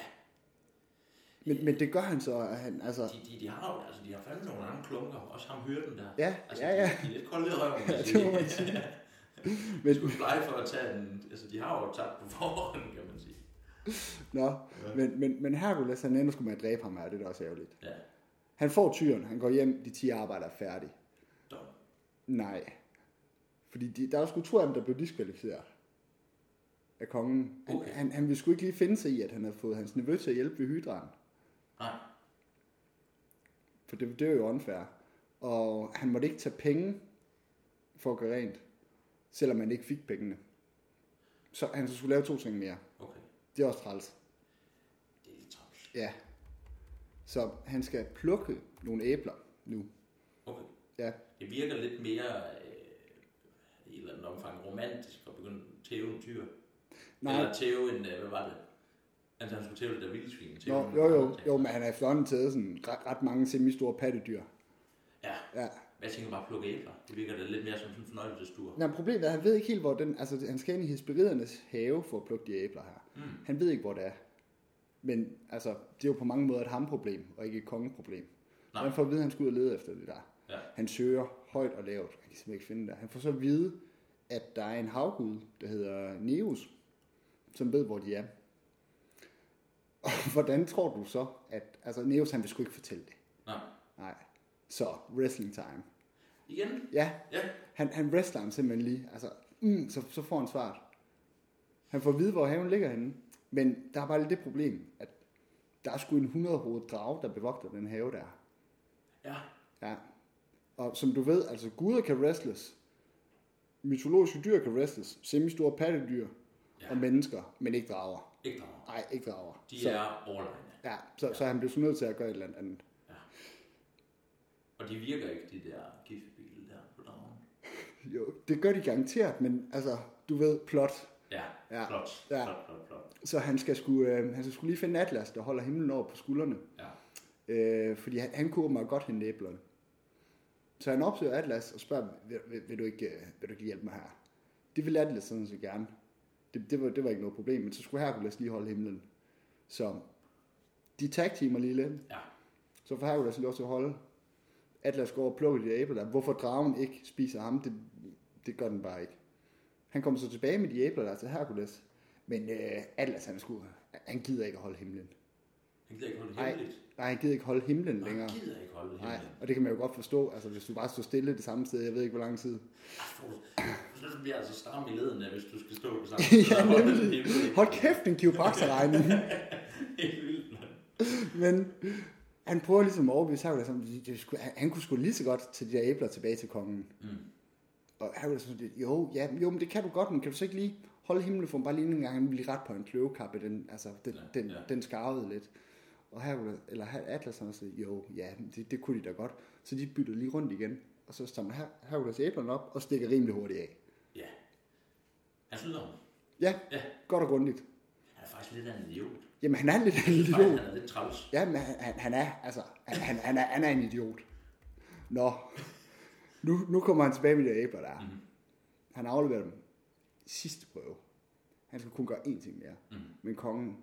Men, men det gør han så, at han, altså... De, de, de har jo, altså, de har fandme nogle andre klunker, også ham hyrden der. Ja, altså, ja, ja. De, de er lidt kolde i røven. Ja, det må man sige. Men de skulle blege for at tage en... Altså, de har jo tabt på forhånd, kan man sige. Nå, ja. men, men, men Hercules, han ender sgu med at dræbe ham her, det er da også ærgerligt. Ja. Han får tyren, han går hjem, de ti arbejder er færdige. Dom. Nej. Fordi de, der er sgu to af dem, der blev diskvalificeret af kongen. Han, okay. han, han ville sgu ikke lige finde sig i, at han havde fået hans nevø til at hjælpe ved hydraen. Nej. For det, det er jo unfair. Og han måtte ikke tage penge for at gøre rent, selvom han ikke fik pengene. Så han skulle lave to ting mere. Okay. Det er også træls. Det er lidt træls. Ja. Så han skal plukke nogle æbler nu. Okay. Ja. Det virker lidt mere øh, i et eller andet omfang romantisk at begynde at tæve en tyr. Nej. Eller tæve en, hvad var det? Altså han skulle tæve det der vildsvin. Jo, jo, jo, jo, men han har efterhånden taget sådan ret, ret mange semi-store pattedyr. Ja. Ja. Jeg tænker bare at plukke æbler. Det virker da lidt mere som sådan en fornøjelsestur. Nej, problemet er, at han ved ikke helt, hvor den... Altså, han skal ind i Hesperidernes have for at plukke de æbler her. Mm. Han ved ikke, hvor det er. Men altså, det er jo på mange måder et ham-problem, og ikke et kongeproblem. Han får at vide, at han skal ud og lede efter det der. Ja. Han søger højt og lavt. Han kan simpelthen ikke finde det. Han får så at vide, at der er en havgud, der hedder Neus, som ved, hvor de er. Og hvordan tror du så, at... Altså, Neus, han vil sgu ikke fortælle det. Nej. Nej. Så, wrestling time. Igen? Ja. Ja. Han, han wrestler ham simpelthen lige. Altså, mm, så, så får han svaret. Han får at vide, hvor haven ligger henne. Men der er bare lidt det problem, at der er sgu en hundrede-hovedet drage, der bevogter den have der. Ja. Ja. Og som du ved, altså guder kan wrestles. Mytologiske dyr kan wrestles. Semistore pattedyr ja. Og mennesker, men ikke drager. Ikke drager. Nej, ikke drager. De så, er overlegne. Ja, så, ja. så han bliver så nødt til at gøre et eller andet. Ja. Og de virker ikke, de der giftbiler der på dragen. Jo, det gør de garanteret, men altså, du ved, plot. Ja, ja. Plot. Ja. Plot, plot, plot. Så han skal, sgu, øh, han skal sgu lige finde Atlas, der holder himlen over på skuldrene. Ja. Øh, fordi han, han kunne meget godt hente æblerne. Så han opsøger Atlas og spørger, vil, vil, vil, du, ikke, vil du ikke hjælpe mig her? Det ville Atlas sådan så gerne. Det, det, var, det var ikke noget problem, men så skulle Hercules lige holde himlen. Så de tag-teamer lige lidt. Ja. Så får Hercules lige også at holde. Atlas går og plukker de æbler der. Hvorfor dragen ikke spiser ham, det, det gør den bare ikke. Han kommer så tilbage med de æbler der til Hercules. Men øh, Atlas, han, skulle, han gider ikke at holde himlen. Han gider ikke holde hemmeligt? Nej, han gider ikke holde himlen Nej, længere. han gider ikke holde himlen. Nej, og det kan man jo godt forstå. Altså, hvis du bare står stille det samme sted, jeg ved ikke, hvor lang tid. Så bliver altså stram i ledene, hvis du skal stå det samme ja, nemlig. Hold kæft, en kiropraktorregning. Helt vildt, mand. Men han prøver ligesom at overbevise Hercules, han, han kunne sgu lige så godt til de der æbler tilbage til kongen. Mm. Og Hercules sådan, jo, ja, jo, men det kan du godt, men kan du så ikke lige holde himlen for bare lige en gang, han ville ret på en kløvekappe, den, altså, den, ja, den, ja. den skarvede lidt. Og Hercules, eller Atlas han sagde, jo, ja, det, det kunne de da godt. Så de byttede lige rundt igen, og så stammer Her, Hercules æblerne op og stikker rimelig hurtigt af. Ja. Han snyder ham. Ja, ja, godt og grundigt. Han er faktisk lidt af en idiot. Jamen, han er lidt af en idiot. Han er lidt træls. Ja, men han, han er, altså, han, han, han, er, han er en idiot. Nå, nu, nu kommer han tilbage med de æbler der. Mm-hmm. Han afleverer dem sidste prøve. Han skal kun gøre én ting mere. Mm. Men kongen,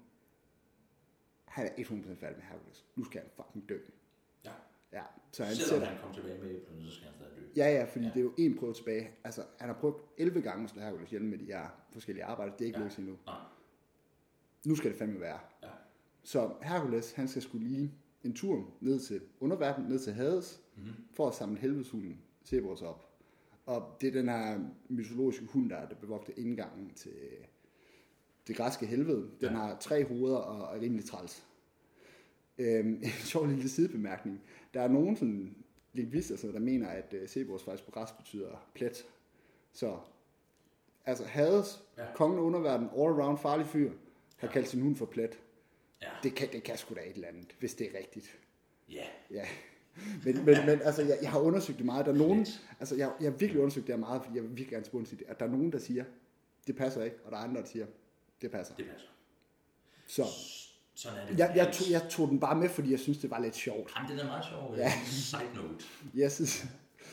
han er hundrede procent færdig med Hercules. Nu skal han fucking dø. Ja. Ja, så han Selvom sætter... han kommer tilbage med æblerne, så skal han stadig dø. Ja, ja, fordi ja. det er jo én prøve tilbage. Altså, han har prøvet elleve gange at slå Hercules ihjel med de her forskellige arbejder. Det er ikke ja. lykkedes endnu. Nej. Nu skal det fandme være. Ja. Så Hercules, han skal skulle lige en tur ned til underverdenen, ned til Hades, mm-hmm. for at samle helvedeshunden Cerberus op. Og det er den her mytologiske hund, der, der bevogter indgangen til det græske helvede. Den ja. har tre hoveder og er rimelig træls. Øhm, en sjov lille sidebemærkning. Der er nogen sådan lingvister, der mener, at uh, Cerberus faktisk på græsk betyder plet. Så altså Hades, ja. kongen af underverden, all around farlig fyr, har ja. kaldt sin hund for plet. Ja. Det kan, det kan sgu da et eller andet, hvis det er rigtigt. Ja. Ja. Men, men, men altså, jeg, jeg har undersøgt det meget. Der er nogen, altså, jeg, jeg har virkelig undersøgt det meget, fordi jeg vil virkelig gerne spørge til det. At der er nogen, der siger, det passer ikke, og der er andre, der siger, det passer. Det passer. Så sådan er det. Jeg, jeg, tog, jeg tog den bare med, fordi jeg synes, det var lidt sjovt. Jamen, det er meget sjovt. Ja. Side note. Yes.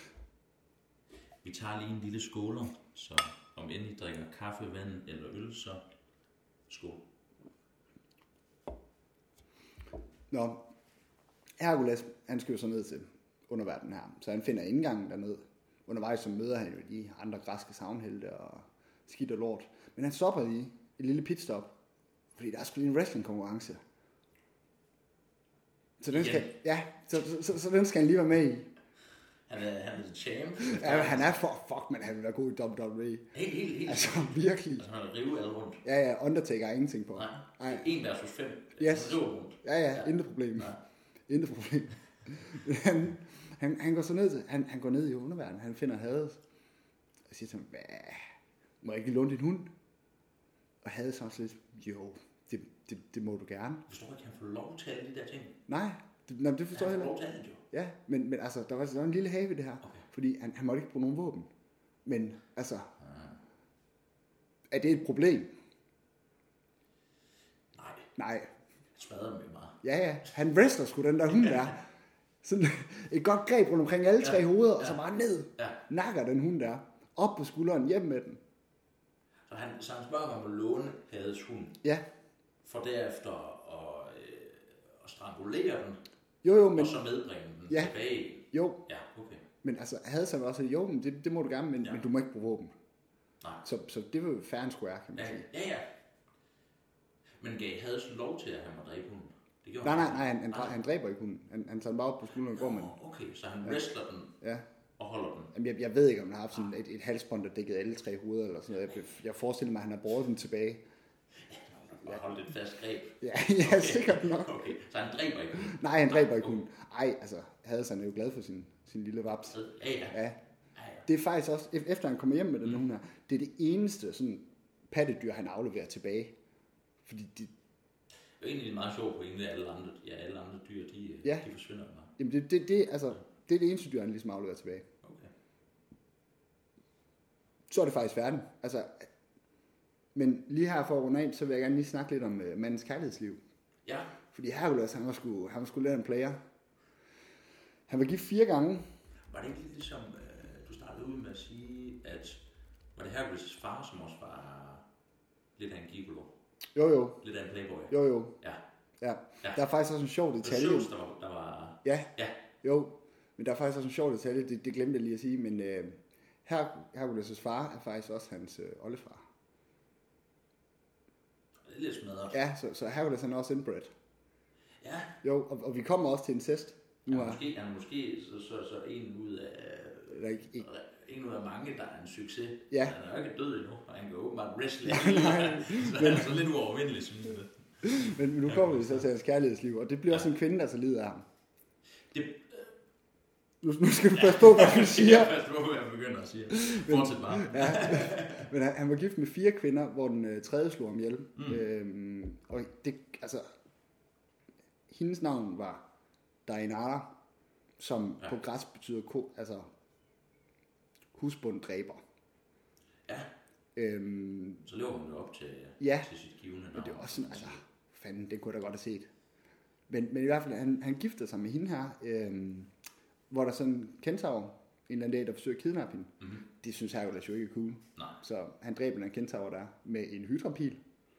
Vi tager lige en lille skåler, så om end I drikker kaffe, vand eller øl, så skål. Nå, Hercules, han skal jo så ned til underverdenen her, så han finder indgangen derned. Undervejs så møder han jo de andre græske savnhelte og skidt og lort. Men han stopper lige et lille pitstop, fordi der er sgu lige en wrestling-konkurrence. Så den skal, ja, så, så, så, så den skal han lige være med i. Han er, han er the champ. Ja, han er for fuck, men han vil være god i W W E. Helt, helt, helt. Altså, virkelig. Altså, han rive alle rundt. Ja, ja, Undertaker er ingenting på. Nej, Nej. en versus fem. Yes. Han rundt. Ja, ja, ja, intet problem. Nej. Intet problem. han, han, han går så ned til, han, han går ned i underverdenen, han finder Hades, og siger til ham, må jeg ikke låne din hund? Og Hades også lidt, jo, det, det, det må du gerne. Forstår ikke, han får lov til alle de der ting? Nej, det, nej, det forstår jeg heller ikke. Han får lov til alt, jo. Ja, men, men altså, der var, der var en lille have i det her, okay. Fordi han, han måtte ikke bruge nogen våben. Men altså, ah. er det et problem? Nej. Nej. Han smadrer dem jo meget. Ja, ja, han wrestler sgu den der hund der. Sådan et godt greb rundt omkring alle tre ja. hoveder, ja. Og så bare ned, ja. Nakker den hund der, op på skulderen, hjem med den. Så han, så han spørger, om han må låne Hades hund. Ja. For derefter at at strangulere den, Jo, jo, men... og så medbringe den ja, tilbage. Jo. Ja, okay. Men altså, havde så også, jo, men det, det må du gerne, men, ja. men du må ikke bruge våben. Nej. Så, så det var jo fair and square, kan man Ja, sige. ja, ja. Men gav havde så lov til, at han må dræbe hunden? Det gjorde Nej, nej, han. nej, han, han, dræ- han dræber ikke hunden. Han, han tager den bare op på skulderen og går med den. Okay, så han wrestler den Ja. og holder den. Jamen, jeg, jeg ved ikke, om han har haft sådan et, et halsbånd, der dækkede alle tre hoveder eller sådan noget. Jeg, jeg forestiller mig, at han har båret den tilbage. Og holdt et fast greb. Ja, ja okay. Sikkert nok. Okay, så han dræber ikke hunden? Nej, han dræber ikke hunden. Ej, altså, Hadesan er jo glad for sin, sin lille vaps. Ja, ja. Ja. Det er faktisk også, efter han kommer hjem med den hund her, det er det eneste sådan pattedyr, han afleverer tilbage. Fordi de... Det er egentlig en meget sjov pointe, at alle andre, ja, alle andre dyr, de, ja. de forsvinder bare. Jamen, det, det, det, altså, det er det eneste dyr, han ligesom afleverer tilbage. Okay. Så er det faktisk færdigt. Altså, men lige her for at runde af, så vil jeg gerne lige snakke lidt om uh, mandens kærlighedsliv. Ja. Fordi Hercules, han var sgu, han var sgu lidt en player. Han var gift fire gange. Var det ikke lidt ligesom, øh, du startede ud med at sige, at var det Hercules' far, som også var lidt af en gigolo? Jo, jo. Lidt af en playboy? Jo, jo. Ja. Ja. Ja. Der er faktisk også en sjov detalje. Det var, der var, der var... Ja. Ja. Jo, men der er faktisk også en sjov detalje, det, det glemte jeg lige at sige, men øh, Her, Hercules' far er faktisk også hans øh, oldefar. Det er lidt smadret. Ja, så, så Hercules han er også inbred. Ja. Jo, og, og vi kommer også til incest. Nu han er er måske, han er måske så, så, så en ud af... der ikke, ikke. En ud af mange, der er en succes. Ja. Han er jo ikke død endnu, og han kan åbenbart wrestle. Nej, så han er så lidt uovervindelig, synes jeg. Men, men nu kommer vi så til hans kærlighedsliv, og det bliver ja. også en kvinde, der så lider af ham. Det, nu, nu skal du passe på, hvad du siger. Jeg passe på, hvad jeg begynder at sige. Fortsæt bare. Ja, men han, han var gift med fire kvinder, hvor den øh, tredje slog ham ihjel. Mm. Øhm, og det, altså, hendes navn var Dainara, som ja. på græsk betyder ko, altså husbunddræber. Ja. Øhm, så lever hun jo op til, ja, til sit givende navn. Men det er også sådan, altså, fanden, det kunne jeg da godt have set. Men, men i hvert fald, han, han giftede sig med hende her, øhm, hvor der sådan en kentaur, en eller anden dag, der forsøger at kidnappe hende. Mm-hmm. Det synes Hercules jo ikke er cool. Nej. Så han dræber den kentaur der med en hydrapil.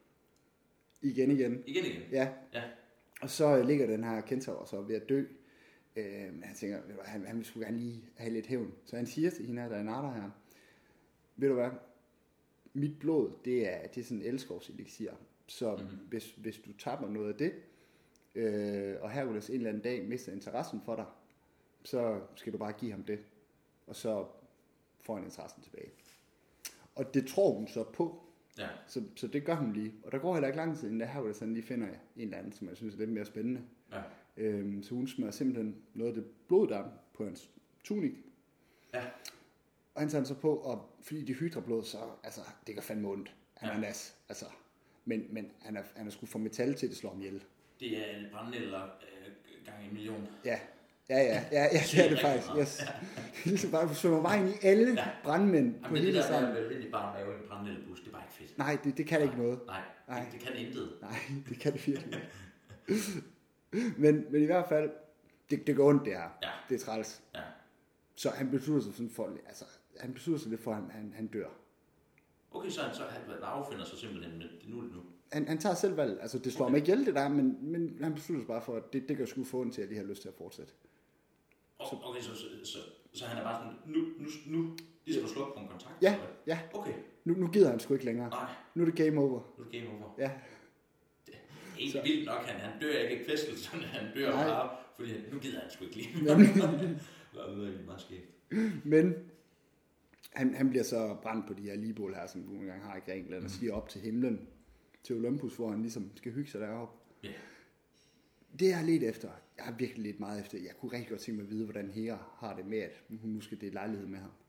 Igen igen. Igen igen? Ja. Ja. Og så ligger den her kentaur så ved at dø. Øhm, han tænker, han, han vil sgu gerne lige have lidt hævn. Så han siger til hende her, der er natter her, ved du hvad, mit blod, det er, det er sådan en elskovselixir. Så mm-hmm. hvis, hvis du tapper noget af det, øh, og Hercules en eller anden dag mister interessen for dig, så skal du bare give ham det, og så får han interessen tilbage. Og det tror hun så på, ja. så, så det gør hun lige. Og der går heller ikke lang tid, inden Hercules han lige finder en eller anden, som jeg synes er lidt mere spændende. Ja. Øhm, så hun smører simpelthen noget af det blod, der på hans tunik. Ja. Og han tager den så på, og fordi de hydrer blod, så altså, det gør fandme ondt. Han ja. er nas, altså. Men, men han er, han er sgu for metal til, at det slår ham ihjel. Det er en brandnælder øh, gang en million. Ja, ja, ja, ja, ja det er det faktisk. Yes. Ja. Det bare, du svømmer bare ind i alle ja. brandmænd på Jamen, hele sammen. Det der med at bare lave en brandnælderbus, det er bare ikke fedt. Nej, det, det kan ikke noget. Nej, Nej. Det, det kan intet. Nej, det kan det virkelig ikke. men, men i hvert fald, det, det går ondt det her. Ja. Det er træls. Ja. Så han beslutter sig sådan for, altså, han beslutter sig lidt for, at han, han, han dør. Okay, så han, så han affinder sig simpelthen med det nu er det nu. Han, han tager selv valg. Altså, det slår okay. ham ikke ihjel, det der, men, men han beslutter sig bare for, at det, det gør sgu få en til, at de har lyst til at fortsætte. Så. Okay, så, så, så, så han er bare sådan, nu, nu, nu ligesom at slukke på en kontakt? Ja, ja. Okay. Nu, nu gider han sgu ikke længere. Nej. Nu er det game over. Nu er det game over. Ja. Det er helt så. Vildt nok, han, han dør ikke i kvæstelsen, han dør Nej. bare, fordi nu gider han sgu ikke lige. Men, det er meget skægt. Men han, han bliver så brændt på de her ligebål her, som du engang har i Grækenland, mm. og stiger op til himlen, til Olympus, hvor han ligesom skal hygge sig deroppe. Yeah. Det jeg har let efter, jeg har virkelig lidt meget efter, jeg kunne rigtig godt tænke mig at vide, hvordan Hera har det med, at hun nu skal dele lejlighed med ham.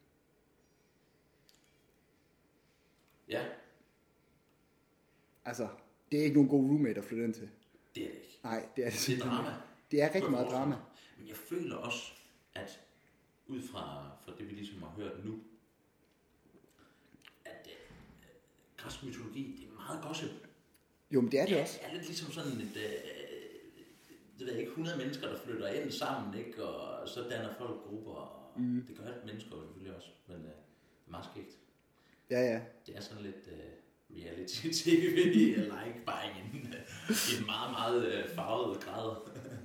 Ja. Altså, det er ikke nogen god roommate at flytte ind til. Det er det ikke. Nej, det er det Det er drama. Det er rigtig meget drama. Men jeg føler også, at ud fra, fra det, vi ligesom har hørt nu, at øh, græsk mytologi, det er meget gossip. Jo, men det er det ja, også. Det er lidt ligesom sådan et, øh, det ved jeg ikke, hundrede mennesker, der flytter ind sammen, ikke? Og så danner folk grupper, og mm. det gør mennesker selvfølgelig også, men øh, det er meget skægt. Ja, ja. Det er sådan lidt øh, reality-tv, like bare ingen. I en meget, meget øh, farvet grad.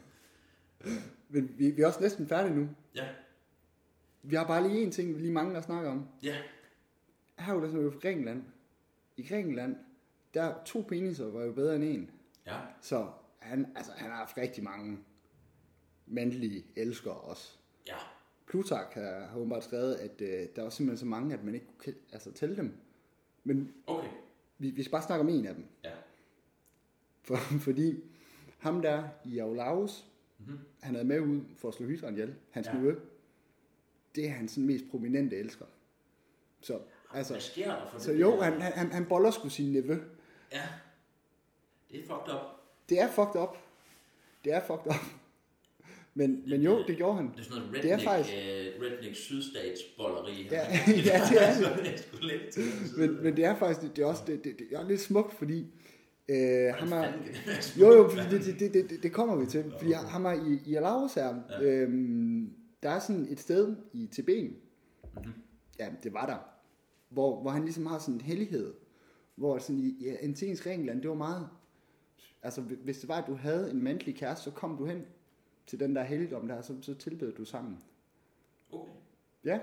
Men vi, vi er også næsten færdige nu. Ja. Vi har bare lige en ting, vi lige mangler at snakke om. Ja. Her er jo sådan fra Grækenland. I Grækenland, der to peniser var jo bedre end en. Ja. Så han, altså, han har haft rigtig mange mandlige elskere også. Ja. Plutark har, har åbenbart skrevet, at øh, der var simpelthen så mange, at man ikke kunne altså, tælle dem. Men okay. vi, vi skal bare snakke om en af dem. Ja. For, fordi ham der i Aulaus, mm-hmm. han er med ud for at slå Hydran ihjel. Hans ja. nevø. Det er hans sådan, mest prominente elsker. Så, altså, hvad sker der for så det? jo, han, han, han boller sgu sin nevø. Ja. Det er fucked up. Det er fucked up. Det er fucked up. Men, men jo, det gjorde han. Det er sådan noget redneck, det er faktisk... uh, redneck sydstatsbolleri. Ja, ja, det er det. men, men det er faktisk, det er også det, det, det er lidt smukt, fordi øh, ham er, jo, jo, det, det, det, det, det kommer vi til. Fordi ham er i, i Alarus her, ja. øhm, der er sådan et sted i Tibet, mm-hmm. ja, det var der, hvor, hvor han ligesom har sådan en hellighed, hvor sådan i ja, antikkens Grækenland, det var meget, altså hvis det var, at du havde en mandlig kæreste, så kom du hen til den der helligdom der, så, så tilbød du sammen. Okay. Ja.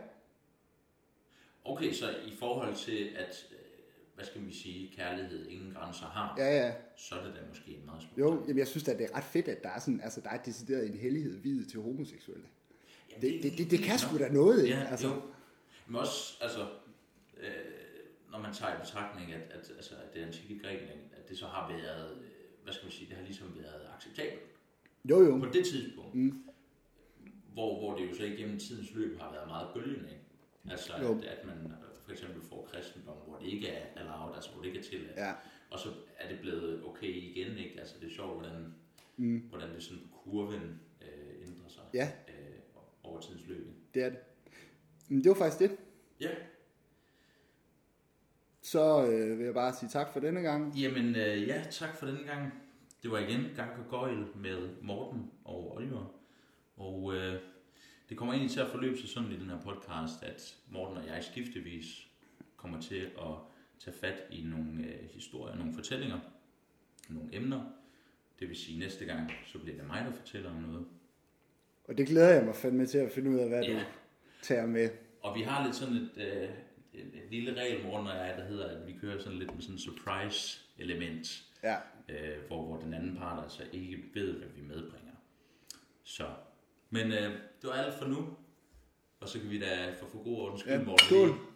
Okay, så i forhold til, at, hvad skal vi sige, kærlighed ingen grænser har, ja, ja. så er det da måske en meget smuk. Jo, jamen jeg synes at det er ret fedt, at der er sådan, altså der er decideret en hellighed videt til homoseksuelle. Jamen, det, det, det, det kan sgu da noget, ikke? Ja, altså. Jo. Men også, altså, øh, når man tager i betragtning, at, at, altså, at det antikke Grækenland, at det så har været, hvad skal man sige, det har ligesom været acceptabelt. Jo, jo. På det tidspunkt, mm. hvor, hvor det jo så igennem tidens løb har været meget bølgende. Altså, at, at man for eksempel får kristendom, hvor det ikke er allowed, altså hvor det ikke er tilladt. Ja. Og så er det blevet okay igen, ikke? Altså det er sjovt, hvordan, mm. hvordan det sådan kurven øh, ændrer sig ja. øh, over tidens løb. Det er det. Men det var faktisk det. Ja. Så øh, vil jeg bare sige tak for denne gang. Jamen øh, ja, tak for denne gang. Det var igen Gang og Gøjl med Morten og Oliver. Og øh, det kommer egentlig til at forløbe sig sådan i den her podcast, at Morten og jeg skiftevis kommer til at tage fat i nogle øh, historier, nogle fortællinger, nogle emner. Det vil sige, næste gang, så bliver det mig, der fortæller om noget. Og det glæder jeg mig fandme til at finde ud af, hvad ja. du tager med. Og vi har lidt sådan et, øh, et, et lille regel, Morten og jeg, der hedder, at vi kører sådan lidt med sådan en surprise-element. Ja. Øh, hvor, hvor den anden part altså ikke ved, hvad vi medbringer. Så, men øh, det var alt for nu. Og så kan vi da for, for god ordens skyld, ja, Morten. skål.